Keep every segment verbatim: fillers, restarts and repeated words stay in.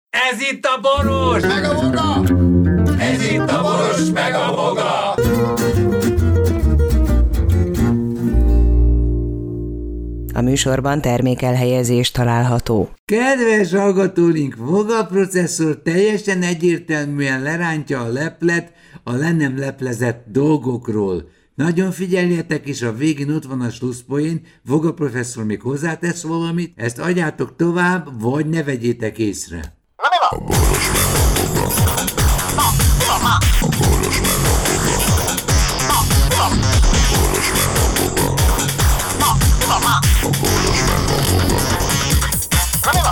Ez itt a Boros! Meg a Boga! Ez itt a Boros, meg a Boga! A műsorban termékelhelyezés található. Kedves hallgatóink, Voga processzor teljesen egyértelműen lerántja a leplet a le nem leplezett dolgokról. Nagyon figyeljetek, és a végén ott van a slusszpoén, Voga professzor még hozzátesz valamit, ezt adjátok tovább, vagy ne vegyétek észre. Na mi van? A Boros meg a Boga. A Boros meg a Boga. A Boros meg a Boga. Na mi van?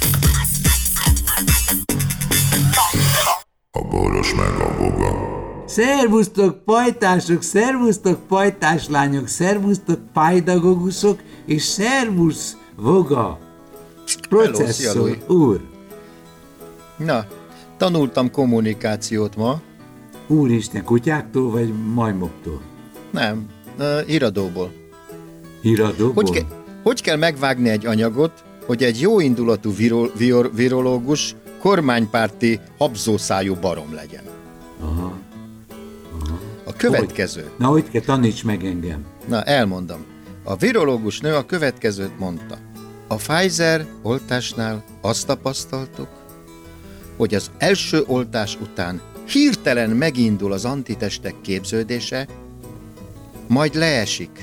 A Boros meg a Boga. Szervusztok pajtások, szervusztok pajtáslányok, szervusztok pajdagogusok, és szervusz Voga processzor úr. Na, tanultam kommunikációt ma. Úristen, kutyáktól vagy majmoktól? Nem, uh, híradóból. Híradóból? Hogy, ke- hogy kell megvágni egy anyagot, hogy egy jóindulatú viro- vir- virológus kormánypárti habzószájú barom legyen? Aha. Aha. A következő. Hogy? Na, hogy kell, taníts meg engem. Na, elmondom. A virológus nő a következőt mondta. A Pfizer oltásnál azt tapasztaltuk, hogy az első oltás után hirtelen megindul az antitestek képződése, majd leesik.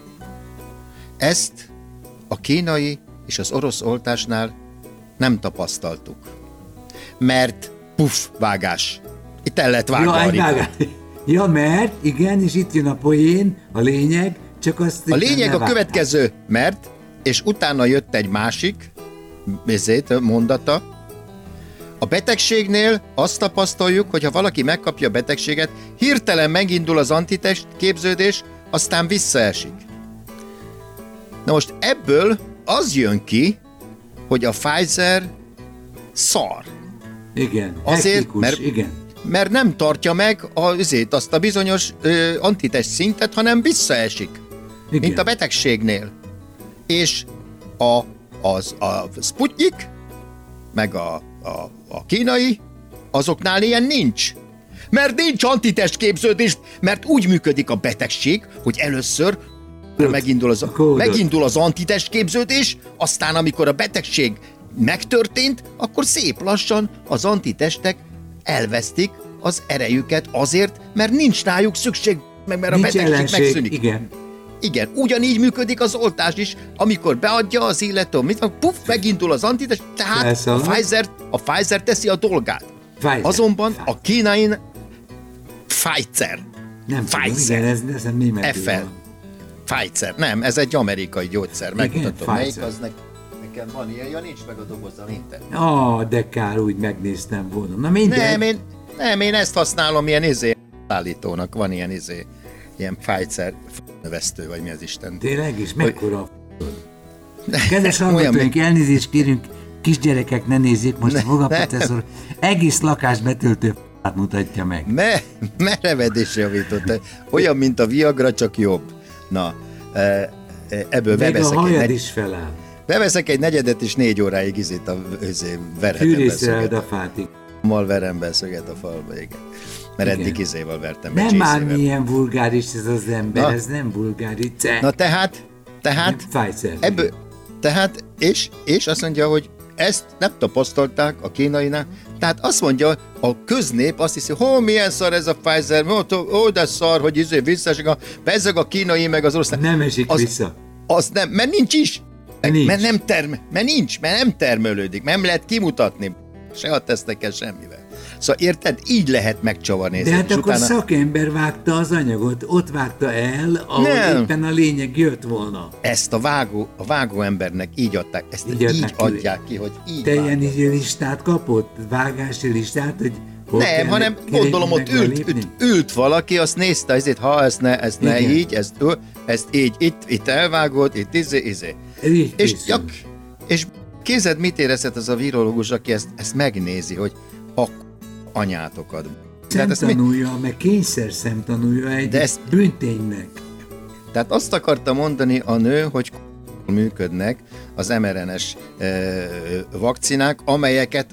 Ezt a kínai és az orosz oltásnál nem tapasztaltuk. Mert puff, vágás. Itt el lett vágva ja, a ripát. Ja, mert, igen, és itt jön a poén, a lényeg, csak azt... A lényeg a következő, mert, és utána jött egy másik ezért, mondata. A betegségnél azt tapasztaljuk, hogy ha valaki megkapja a betegséget, hirtelen megindul az antitest képződés, aztán visszaesik. Na most ebből az jön ki, hogy a Pfizer szar. Igen, azért, hektikus, mert, igen. mert nem tartja meg azért, azt a bizonyos ö, antitest szintet, hanem visszaesik. Igen. Mint a betegségnél. És a, az, a Sputnik, meg a, a, a kínai, azoknál ilyen nincs. Mert nincs antitest képződés, mert úgy működik a betegség, hogy először megindul az, megindul az antitest képződés, aztán amikor a betegség megtörtént, akkor szép lassan az antitestek elvesztik az erejüket azért, mert nincs rájuk szükség, meg mert nincs a betegség ellenség, megszűnik. Igen. Igen, ugyanígy működik az oltás is, amikor beadja az illető, mit van, puff, megindul az antitest, tehát a Pfizer, a Pfizer teszi a dolgát. Pfizer. Azonban Pfizer. a kínain Pfizer. Nem Pfizer. tudom, igen, ez, ez németül F L. Pfizer. Nem, ez egy amerikai gyógyszer. Megmutatom, melyik az ne, nekem van ilyen, ja nincs meg a doboza minden. Ah, de kár, úgy megnéztem volna. Na minden. Nem, én, nem, én ezt használom ilyen izé állítónak, van ilyen izé, ilyen Pfizer növesztő, vagy mi az Isten. Tényleg is? Mekkora Kedves hallgatóink, elnézést kérünk, kisgyerekek ne nézzék, most ne, a Voga processzor egész lakást betöltő f***át mutatja meg. Me, merevedés javított. Olyan, mint a Viagra, csak jobb. Na, ebből még beveszek a hajad egy, is feláll. Beveszek egy negyedet, és négy óráig izét a verhetembe szöget. a fátig. Mal verem be szöget a falba, igen. Mert igen. Eddig izéval vertem be. Nem már milyen vulgáris ez az ember, na, ez nem vulgáris. Na tehát, tehát, Pfizer, ebből, tehát és, és azt mondja, hogy ezt nem tapasztalták a kínainál, tehát azt mondja, a köznép azt hiszi, hogy milyen szar ez a Pfizer, ó, de szar, hogy izé visszaesik, a, bezzeg a kínai, meg az orosz. Nem esik az, vissza. Az nem, mert nincs is. Nincs. Mert nem term, mert nincs, mert nem termelődik, nem lehet kimutatni, se a tesztekkel, semmivel. Szóval érted, így lehet megcsavarni. De hát akkor utána... szakember vágta az anyagot, ott vágta el, ahol nem. éppen a lényeg jött volna. Ezt a vágó, a vágó embernek így adták, ezt így, így ki, adják ki, hogy így te ilyen listát kapott? Vágási listát, hogy nem, hanem gondolom ott ült, ült, ült valaki, azt nézte, ezért, ha ezt ne, ezt ne így, ezt, ezt így, itt, itt elvágod, itt izé, izé. És, jak, és kézed mit érezhet az a virológus, aki ezt, ezt megnézi, hogy a anyátokat. Szemtanúja, mi... meg kényszer szemtanúja egy ezt... bűnténynek. Tehát azt akarta mondani a nő, hogy működnek az em er en es e, vakcinák, amelyeket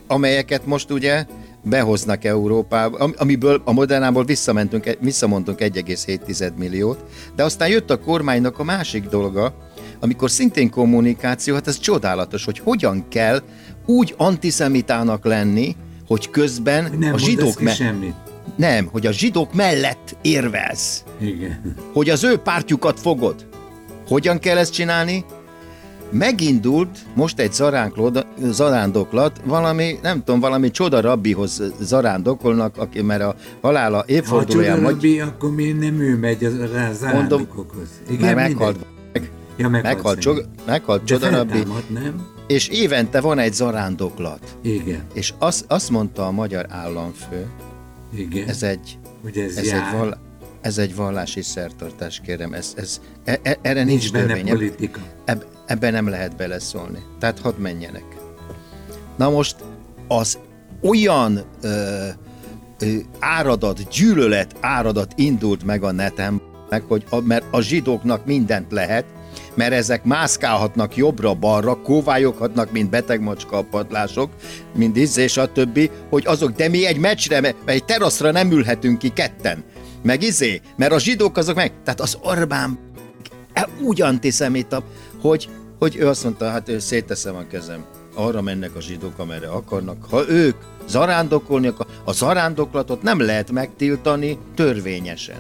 amelyeket most ugye behoznak Európába, amiből a Modernából visszamentünk, visszamondtunk egy egész hét milliót, de aztán jött a kormánynak a másik dolga, amikor szintén kommunikáció, hát ez csodálatos, hogy hogyan kell úgy antiszemitának lenni, hogy közben nem a zsidók me- semmit. Nem, hogy a zsidók mellett érvelsz. Igen. Hogy az ő pártjukat fogod. Hogyan kell ezt csinálni? Megindult most egy zarándoklat, valami, nem tudom, valami csoda rabbihoz zarándokolnak, aki, mert a halála évfordulóján... Ha a csoda rabbi, akkor miért nem ő megy a zarándokokhoz? Igen, mert meghalt. Ja, meghalt, meghalt, csog, meghalt csoda rabbi. Nem? És évente van egy zarándoklat. Igen. És azt, azt mondta a magyar államfő, igen. ez egy... Ugye ez, ez jár. egy val, Ez egy vallási szertartás, kérem, ez, ez, e, e, erre nincs, nincs benne törvény. politika. Eb, ebben nem lehet beleszólni. Tehát hadd menjenek. Na most az olyan ö, ö, áradat, gyűlölet áradat indult meg a neten, meg, hogy a, mert a zsidóknak mindent lehet, mert ezek mászkálhatnak jobbra-balra, kóvályoghatnak, mint betegmacska padlások, mint izz és a többi, hogy azok, de mi egy meccsre, egy teraszra nem ülhetünk ki ketten. Meg izé, mert a zsidók azok meg, tehát az Orbán úgy antiszemita, hogy, hogy ő azt mondta, hát ő szétteszem a kezem, arra mennek a zsidók, amerre akarnak. Ha ők zarándokolni akar, a zarándoklatot nem lehet megtiltani törvényesen.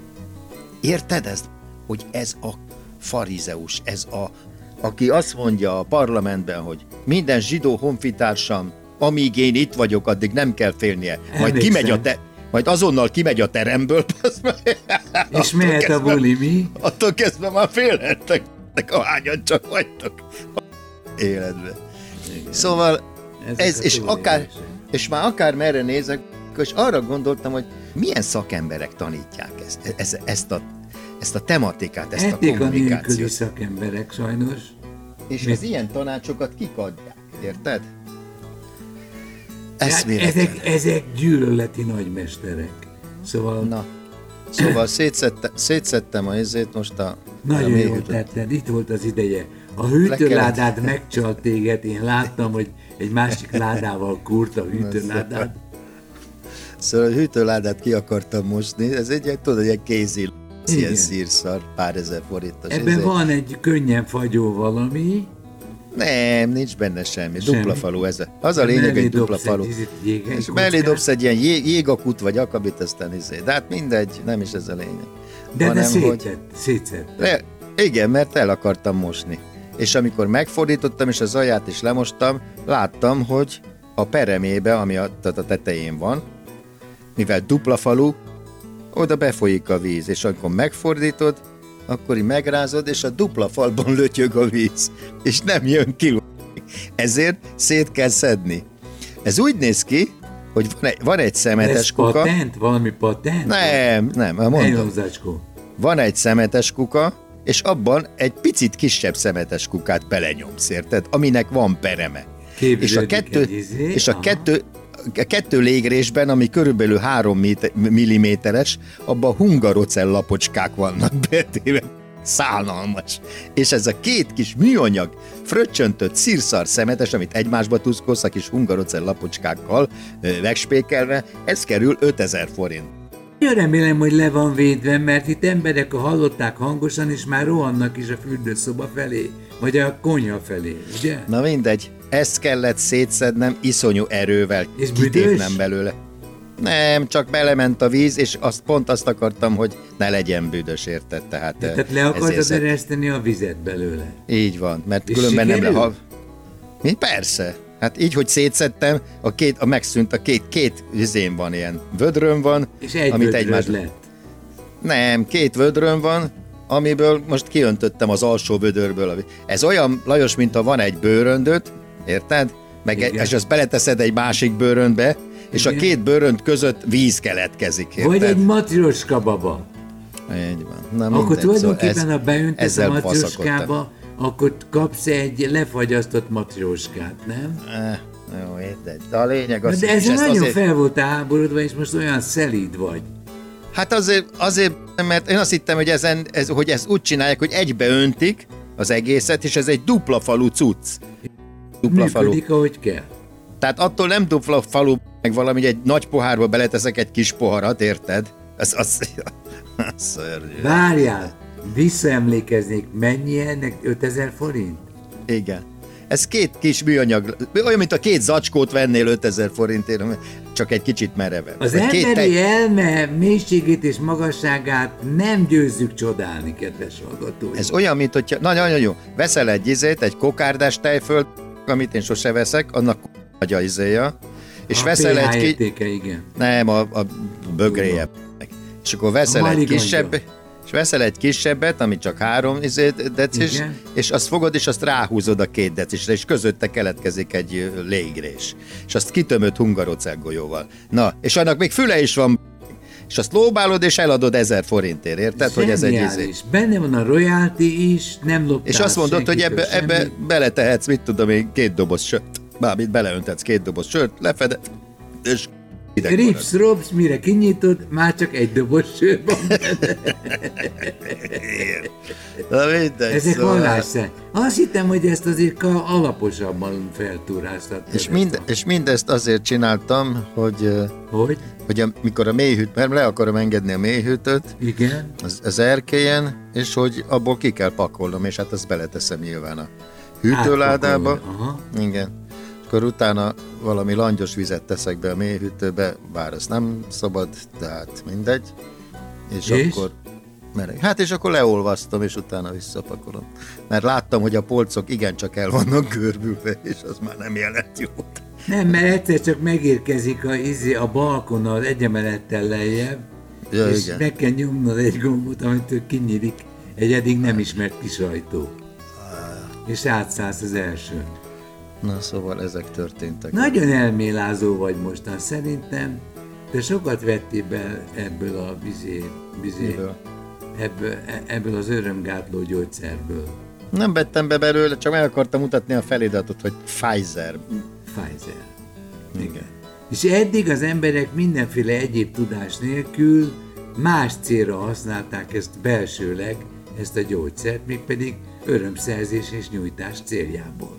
Érted ezt? Hogy ez a farizeus, ez a, aki azt mondja a parlamentben, hogy minden zsidó honfitársam, amíg én itt vagyok, addig nem kell félnie. Majd kimegy a te... Majd azonnal kimegy a teremből, és mehet a buli, mi? Attól kezdve már félhettek, ahányan csak vagytok életben. Igen. Szóval ezek ez, és, akár, és már akár merre nézek, és arra gondoltam, hogy milyen szakemberek tanítják ezt, ezt, ezt, a, ezt a tematikát, ezt Etika a kommunikációt. nélküli szakemberek sajnos. És Mi? az ilyen tanácsokat kik adják, érted? Ezek, ezek gyűlöleti nagymesterek. Szóval... Na, szóval szétszette, szétszettem a izét most a... Nagyon a jól tetted, itt volt az ideje. A hűtőládát megcsalt téged, én láttam, hogy egy másik ládával kúrt a hűtőládát. Szóval a hűtőládát ki akartam mosni, ez egy, tudod, egy kézi, ilyen szírszar, pár ezer forintos. Ebben ezért. Van egy könnyen fagyó valami. Nem, nincs benne semmi. semmi. Dupla falu ez. Az a de lényeg, hogy dupla falu. Egy és mellé dobsz egy ilyen jé, jégakut vagy akabit, aztán izé. De hát mindegy, nem is ez a lényeg. De, hanem, de szétszett, hogy... szétszett. Le, igen, mert el akartam mosni. És amikor megfordítottam, és az alját is lemostam, láttam, hogy a peremébe, ami a, a tetején van, mivel dupla falu, oda befolyik a víz, és amikor megfordítod, akkor így megrázod, és a dupla falban lötyög a víz, és nem jön ki. Ezért szét kell szedni. Ez úgy néz ki, hogy van egy, van egy szemetes ez kuka. patent? Valami patent? Nem, nem, mondom. Van egy szemetes kuka, és abban egy picit kisebb szemetes kukát belenyomsz, érted? Aminek van pereme. Képződik és a kettő, izé, és a kettő, a kettő légrésben, ami körülbelül három milliméteres, abban hungarocell lapocskák vannak betéve. Szánalmas. És ez a két kis műanyag, fröccsöntött szírszar szemetes, amit egymásba tuszkolsz a kis hungarocell lapocskákkal megspékelve, ez kerül ötezer forint. Én remélem, hogy le van védve, mert itt emberek hallották hangosan, és már rohannak is a fürdőszoba felé, vagy a konyha felé, ugye? Na mindegy, ezt kellett szétszednem iszonyú erővel, és kitépnem belőle. Nem, csak belement a víz, és azt pont azt akartam, hogy ne legyen büdös, érted? Tehát, Tehát le akartad ereszteni a vizet belőle? Így van, mert és különben sikerül? nem le... Mi? Persze. Hát így, hogy szétszedtem, a, két, a megszűnt, a két, két vizén van ilyen vödröm van. És egy amit vödröd egymás... lett? Nem, két vödröm van, amiből most kiöntöttem az alsó vödörből. Ez olyan, Lajos, mint ha van egy bőröndöt, érted? Meg egy, és azt beleteszed egy másik bőröndbe, és igen. A két bőrönd között víz keletkezik, érted? Vagy egy matrioska baba. Így van. Na, akkor tulajdonképpen, szóval ha beöntesz a matrioskába, akkor kapsz egy lefagyasztott matrioskát, nem? Eh, jó, érted. De a lényeg az... De ez nagyon azért... fel volt háborodva, és most olyan szelíd vagy. Hát azért, azért, mert én azt hittem, hogy, ezen, ez, hogy ezt úgy csinálják, hogy egybeöntik az egészet, és ez egy dupla falu cucc. Dupla Működik, falu. ahogy kell. Tehát attól nem dupla falu, meg valami, egy nagy pohárba beleteszek egy kis poharat, érted? Az, az, az szörnyű. Várjál, visszaemlékeznék, mennyi ennek ötezer forint? Igen. Ez két kis műanyag, olyan, mint a két zacskót vennél ötezer forintért, csak egy kicsit merevebb. Az Vagy emberi két te... elme mélységét és magasságát nem győzzük csodálni, kedves hallgatói. Ez olyan, mint hogyha, nagyon jó, veszel egy izét, egy kokárdás tejföld, amit én sose veszek, annak nagy a izéja, és a veszel pé há egy ki... értéke, igen. Nem, a, a bögréje. És akkor veszel egy kisebb, és veszel egy kisebbet, ami csak három izét, decis, igen. És azt fogod, és azt ráhúzod a két decisre, és közötte keletkezik egy légrés. És azt kitömöd hungarocell golyóval. Na, és annak még füle is van, és azt lóbálod, és eladod ezer forintért, érted, hogy ez egy izé. Benne van a royalty is, nem loptál. És azt mondod, hogy ebbe, ebbe beletehetsz, mit tudom én, két doboz sört, bármit beleöntetsz két doboz sört, lefeded, és Rips, Robs, mire kinyitod, már csak egy doboz sör van benne. Na mindegy, ezek szóval... hallásszer. Azt hittem, hogy ezt azért alaposabban feltúráztad. És, mind, és mindezt azért csináltam, hogy, hogy? hogy amikor a mélyhűt, mert le akarom engedni a mélyhűtőt igen. Az, az erkélyen, és hogy abból ki kell pakolnom, és hát azt beleteszem nyilván a hűtőládába. Igen. Akkor utána valami langyos vizet teszek be a mélyhűtőbe, bár az nem szabad, tehát mindegy. És, és? akkor mereg. Hát és akkor leolvasztom, és utána visszapakolom. Mert láttam, hogy a polcok igencsak el vannak görbülve, és az már nem jelent jót. Nem, mert egyszer csak megérkezik a, izé, a balkon az egy emelettel lejjebb, ja, és igen. Meg kell nyomnod egy gombot, amitől kinyílik egy eddig nem ismert kis ajtó. És átszállsz az elsőn. Na, szóval ezek történtek. Nagyon elmélázó vagy mostan, szerintem. Te sokat vettél be ebből a bizé, bizé, ebből, ebből az örömgátló gyógyszerből. Nem vettem be belőle, csak meg akartam mutatni a feliratot, hogy Pfizer. Pfizer. Igen. És eddig az emberek mindenféle egyéb tudás nélkül más célra használták ezt belsőleg, ezt a gyógyszert, mégpedig örömszerzés és nyújtás céljából.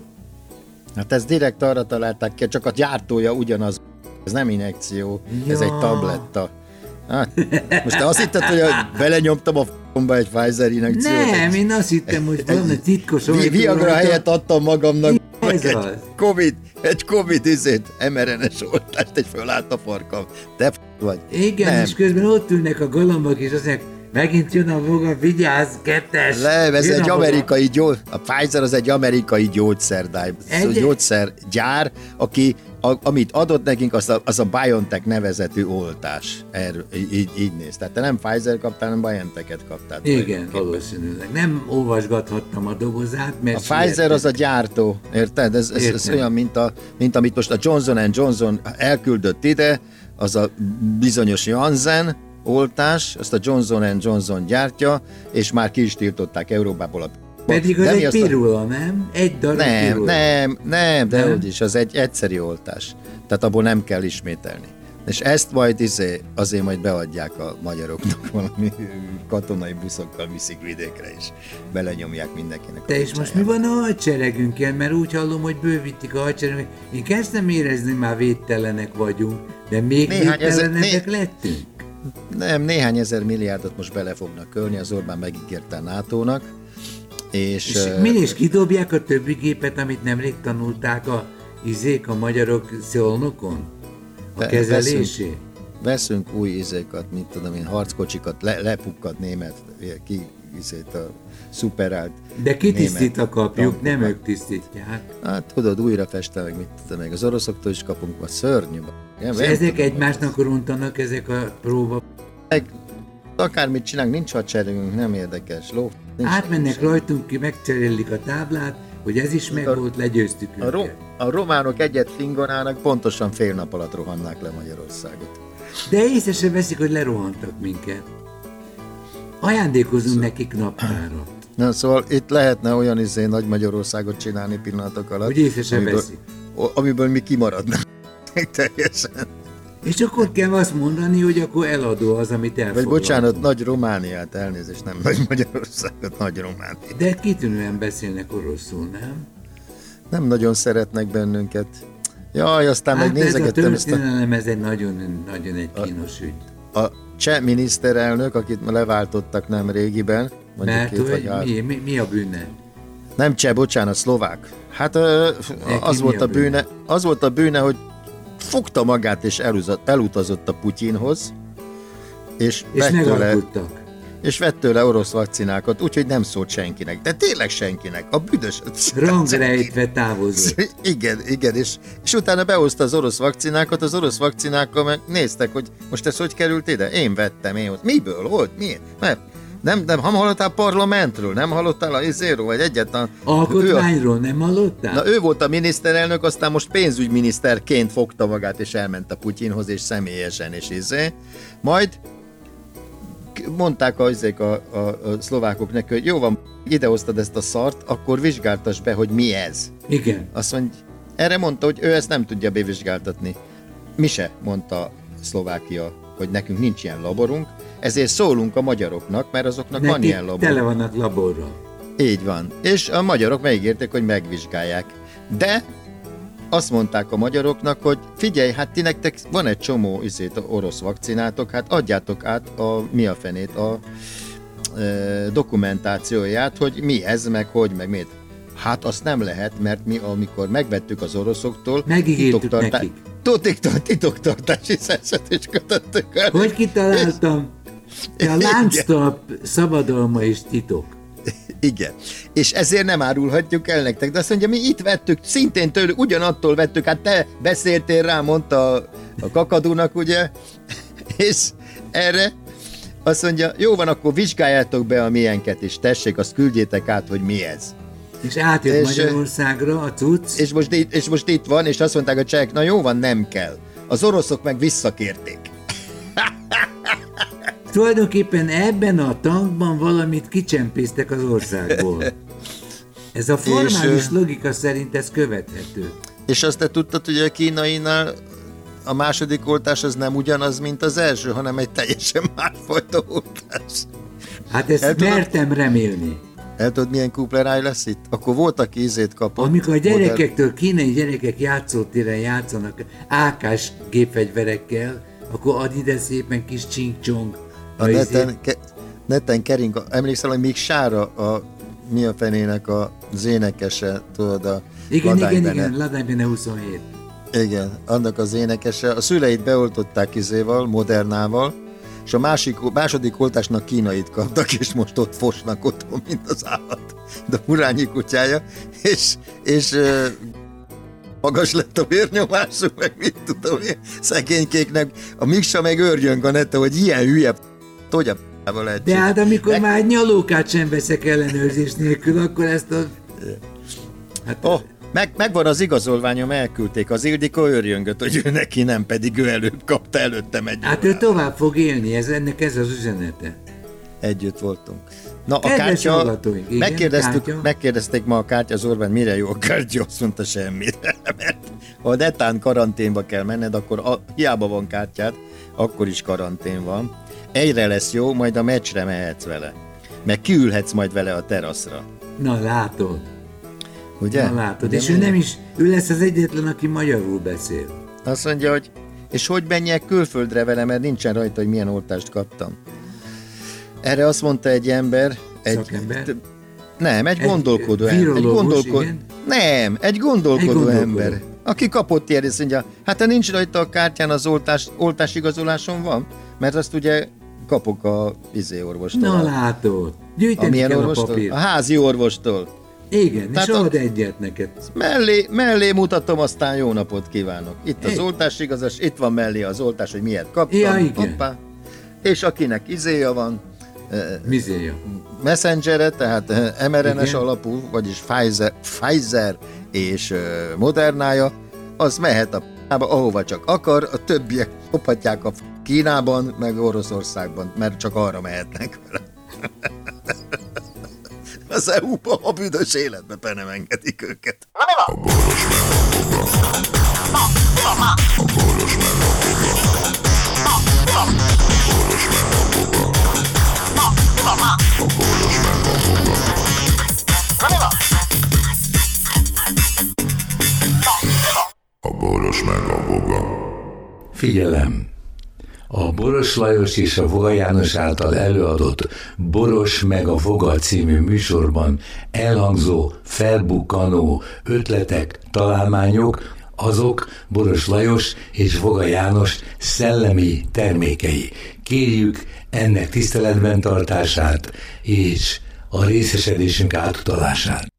Hát ez direkt arra találták ki, csak a gyártója ugyanaz, ez nem injekció, ja. Ez egy tabletta. Hát, most te azt hitted, hogy belenyomtam a f***omba egy Pfizer injekciót? Nem, én azt hittem, hogy van egy titkos Vi- Viagra helyett adtam magamnak ez egy az. Covid, egy Covid izét, em er en es oltást, egy fölállt a farkam. Te f*** vagy. Igen, nem. És közben ott ülnek a galambok, és azt mondják, megint jön a voga, vigyázz, kettes! Nem, ez egy amerikai gyógyszer, a Pfizer az egy amerikai gyógyszerdáj, egy... gyógyszergyár, aki, a, amit adott nekünk, az a, az a BioNTech nevezetű oltás. Erről, így, így néz. Tehát te nem Pfizer kaptál, hanem BioNTech-et kaptál. Igen, valószínűleg. Nem olvasgathattam a dobozát, mert... A Pfizer értek. Az a gyártó, érted? Ez, ez, ez olyan, mint, a, mint amit most a Johnson and Johnson elküldött ide, az a bizonyos Janssen oltás, azt a Johnson and Johnson gyártja, és már ki is tiltották Európából a pedig az de egy pirula, a... nem? Egy darab nem, pirula. Nem, nem, de nem. Úgyis, az egy egyszeri oltás. Tehát abból nem kell ismételni. És ezt majd izé, azért majd beadják a magyaroknak, valami katonai buszokkal viszik vidékre, és belenyomják mindenkinek. De és most mi van a hadseregünkkel? Mert úgy hallom, hogy bővítik a hadseregünket. Én kezdtem érezni, már védtelenek vagyunk, de még néhány védtelenek ezer, né... lettünk. Nem, néhány ezer milliárdot most bele fognak kölni, az Orbán megígérte a nátónak. És, és uh, min is kidobják a többi gépet, amit nemrég tanulták a izék, a magyarok Szolnokon? A kezelésé? Veszünk, veszünk új izékat, mint tudom én, harckocsikat, le, lepukkat német, ki izét a szuperált. De ki tisztít a kapjuk, nem ők tisztítják. Hát tudod, újra festel, meg mit tudom, meg az oroszoktól is kapunk, vagy szörnyű. Nem, nem ezek tudom, egymásnak rontanak, ezek a próba. Meg, akármit csinálunk, nincs hadseregünk, nem érdekes. Ló, átmennek nincs rajtunk ki, megcserélik a táblát, hogy ez is meg volt, legyőztük a, ro- a románok egyet fingonának, pontosan fél nap alatt rohannák le Magyarországot. De észre se veszik, hogy lerohantak minket. Ajándékozunk szóval nekik naptárat. Na, szóval itt lehetne olyan izé nagy Magyarországot csinálni pillanatok alatt, hogy észre se amiből, veszik. Amiből mi kimaradnánk teljesen. És akkor kell azt mondani, hogy akkor eladó az, amit elfoglaltunk. Vagy bocsánat, nagy Romániát, elnézést, nem nagy Magyarországot, nagy Romániát. De kitűnően beszélnek oroszul, nem? Nem nagyon szeretnek bennünket. Jaj, aztán Hát megnézegettem ez a ezt a... történelem, ez egy nagyon, nagyon egy kínos ügy. A cseh miniszterelnök, akit leváltottak nem régiben, mondjuk Mert két vagy hogy három. mi, mi, mi a bűne? Nem cseh, bocsánat, szlovák. Hát ö, az mi volt a a bűne, az volt a bűne, hogy fogta magát és elutazott, elutazott a Putyinhoz, és, És vett tőle, megalkudtak. és vett tőle orosz vakcinákat, úgyhogy nem szólt senkinek. De tényleg senkinek. A büdös... Rangrejtve távozott. Igen, igen, és, és utána behozta az orosz vakcinákat, az orosz vakcinákkal meg néztek, hogy most ez hogy került ide? Én vettem, én hoztam. Miből? Hogy? Miért? Mert nem, nem, nem hallottál parlamentről, nem hallottál a izéről, vagy egyáltalán... Alkotmányról nem hallottál? Na ő volt a miniszterelnök, aztán most pénzügyminiszterként fogta magát, és elment a Putyinhoz, és személyesen, és izé. Majd mondták a, a, a, a szlovákok neki, hogy jó van, idehoztad ezt a szart, akkor vizsgáltass be, hogy mi ez. Igen. Azt mondja, erre mondta, hogy ő ezt nem tudja bevizsgáltatni. Mi se, mondta Szlovákia, hogy nekünk nincs ilyen laborunk, ezért szólunk a magyaroknak, mert azoknak Nekik van ilyen labor. tele vannak laborral. Így van. És a magyarok megígérték, hogy megvizsgálják. De azt mondták a magyaroknak, hogy figyelj, hát ti nektek van egy csomó izét, orosz vakcinátok, hát adjátok át a mi a fenét, a e, dokumentációját, hogy mi ez, meg hogy, meg mit. Hát azt nem lehet, mert mi amikor megvettük az oroszoktól, megígértük nekik. Titoktartási szerződést kötöttük el. Hogy kitaláltam? A lánctalp szabadalma is titok. Igen. És ezért nem árulhatjuk el nektek. De azt mondja, mi itt vettük, szintén tőlük, ugyanattól vettük, hát te beszéltél rá, mondta a, a kakadónak, ugye? És erre azt mondja, jó van, akkor vizsgáljátok be a milyenket, és tessék, azt küldjétek át, hogy mi ez. És átjött és, Magyarországra a cucc. És most, itt, és most itt van, és azt mondták a csehek, na jó van, nem kell. Az oroszok meg visszakérték. Tulajdonképpen ebben a tankban valamit kicsempésztek az országból. Ez a formális és, logika szerint ez követhető. És azt te tudtad, hogy a kínainál a második oltás az nem ugyanaz, mint az első, hanem egy teljesen másfajta oltás. Hát ezt el mertem tudod, remélni. El tudod, milyen kupleráj lesz itt? Akkor volt, aki ízét kapott. Amikor a gyerekektől, modern... kínai gyerekek játszótéren játszanak á ká-s gépfegyverekkel, akkor ad ide szépen kis csing-csong. A neten, ke, neten kering, emlékszel, hogy még Sára a mi a fenének az énekese, tudod, a igen, igen, igen, Ladánybene huszonhét. Igen, annak az énekese. A szüleit beoltották izéval, Modernával, és a másik, második oltásnak kínait kaptak, és most ott fosnak otthon, mint az állat. De a Murányi kutyája, és, és magas lett a vérnyomásuk, meg mit tudom én, szegénykéknek. A Miksa meg őrjönk a nete, hogy ilyen hülye, hogy a p***ával lehet. De hát amikor meg... már nyalókát sem veszek ellenőrzés nélkül, akkor ezt a... Hát... Oh, meg, megvan az igazolványom, elküldték az Ildikó őrjöngöt, hogy ő neki nem, pedig ő előbb kapta előttem egy Hát órát. Ő tovább fog élni, ez, ennek ez az üzenete. Együtt voltunk. Na, a Kedves kártya, igen, megkérdeztük, kártya. megkérdezték ma a kártya az Orbán, mire jó a kártya, azt mondta semmire, mert ha netán karanténba kell menned, akkor a, hiába van kártyád, akkor is karantén van. Egyre lesz jó, majd a meccsre mehetsz vele. Meg kiülhetsz majd vele a teraszra. Na látod. Ugye? Na látod, Ugye és ő nem is, ő lesz az egyetlen, aki magyarul beszél. Azt mondja, hogy és hogy menjek külföldre vele, mert nincsen rajta, hogy milyen oltást kaptam. Erre azt mondta egy ember, egy, Szakember? T- nem, egy, egy gondolkodó ember. Egy gondolkodó, nem, egy gondolkodó, egy gondolkodó ember, aki kapott ilyen, és mondja, hát ha nincs rajta a kártyán az oltás, oltás igazoláson van, mert azt ugye kapok a izé orvostól. Na látod, gyűjteni kell orvostól? A papírt. A házi orvostól. Igen, tehát és ad egyet neked. Mellé, mellé mutatom, aztán jó napot kívánok. Itt az oltás igazas, itt van mellé az oltás, hogy miért kaptam. Ja, igen. Hoppá. És akinek izéja van, Mizéja. Messengere, tehát em er en es alapú, vagyis Pfizer, Pfizer és Modernája, az mehet a p***ába, ahova csak akar, a többiek kophatják a Kínában, meg Oroszországban, mert csak arra mehetnek vele. Az é u-ba a büdös életbe be nem engedik őket. A boros meg a boga. A boros meg a boga. A boros meg a boga. A boros meg a boga. A boros Figyelem! A Boros Lajos és a Voga János által előadott Boros meg a Voga című műsorban elhangzó, felbukkanó ötletek, találmányok, azok Boros Lajos és Voga János szellemi termékei. Kérjük ennek tiszteletben tartását és a részesedésünk átutalását.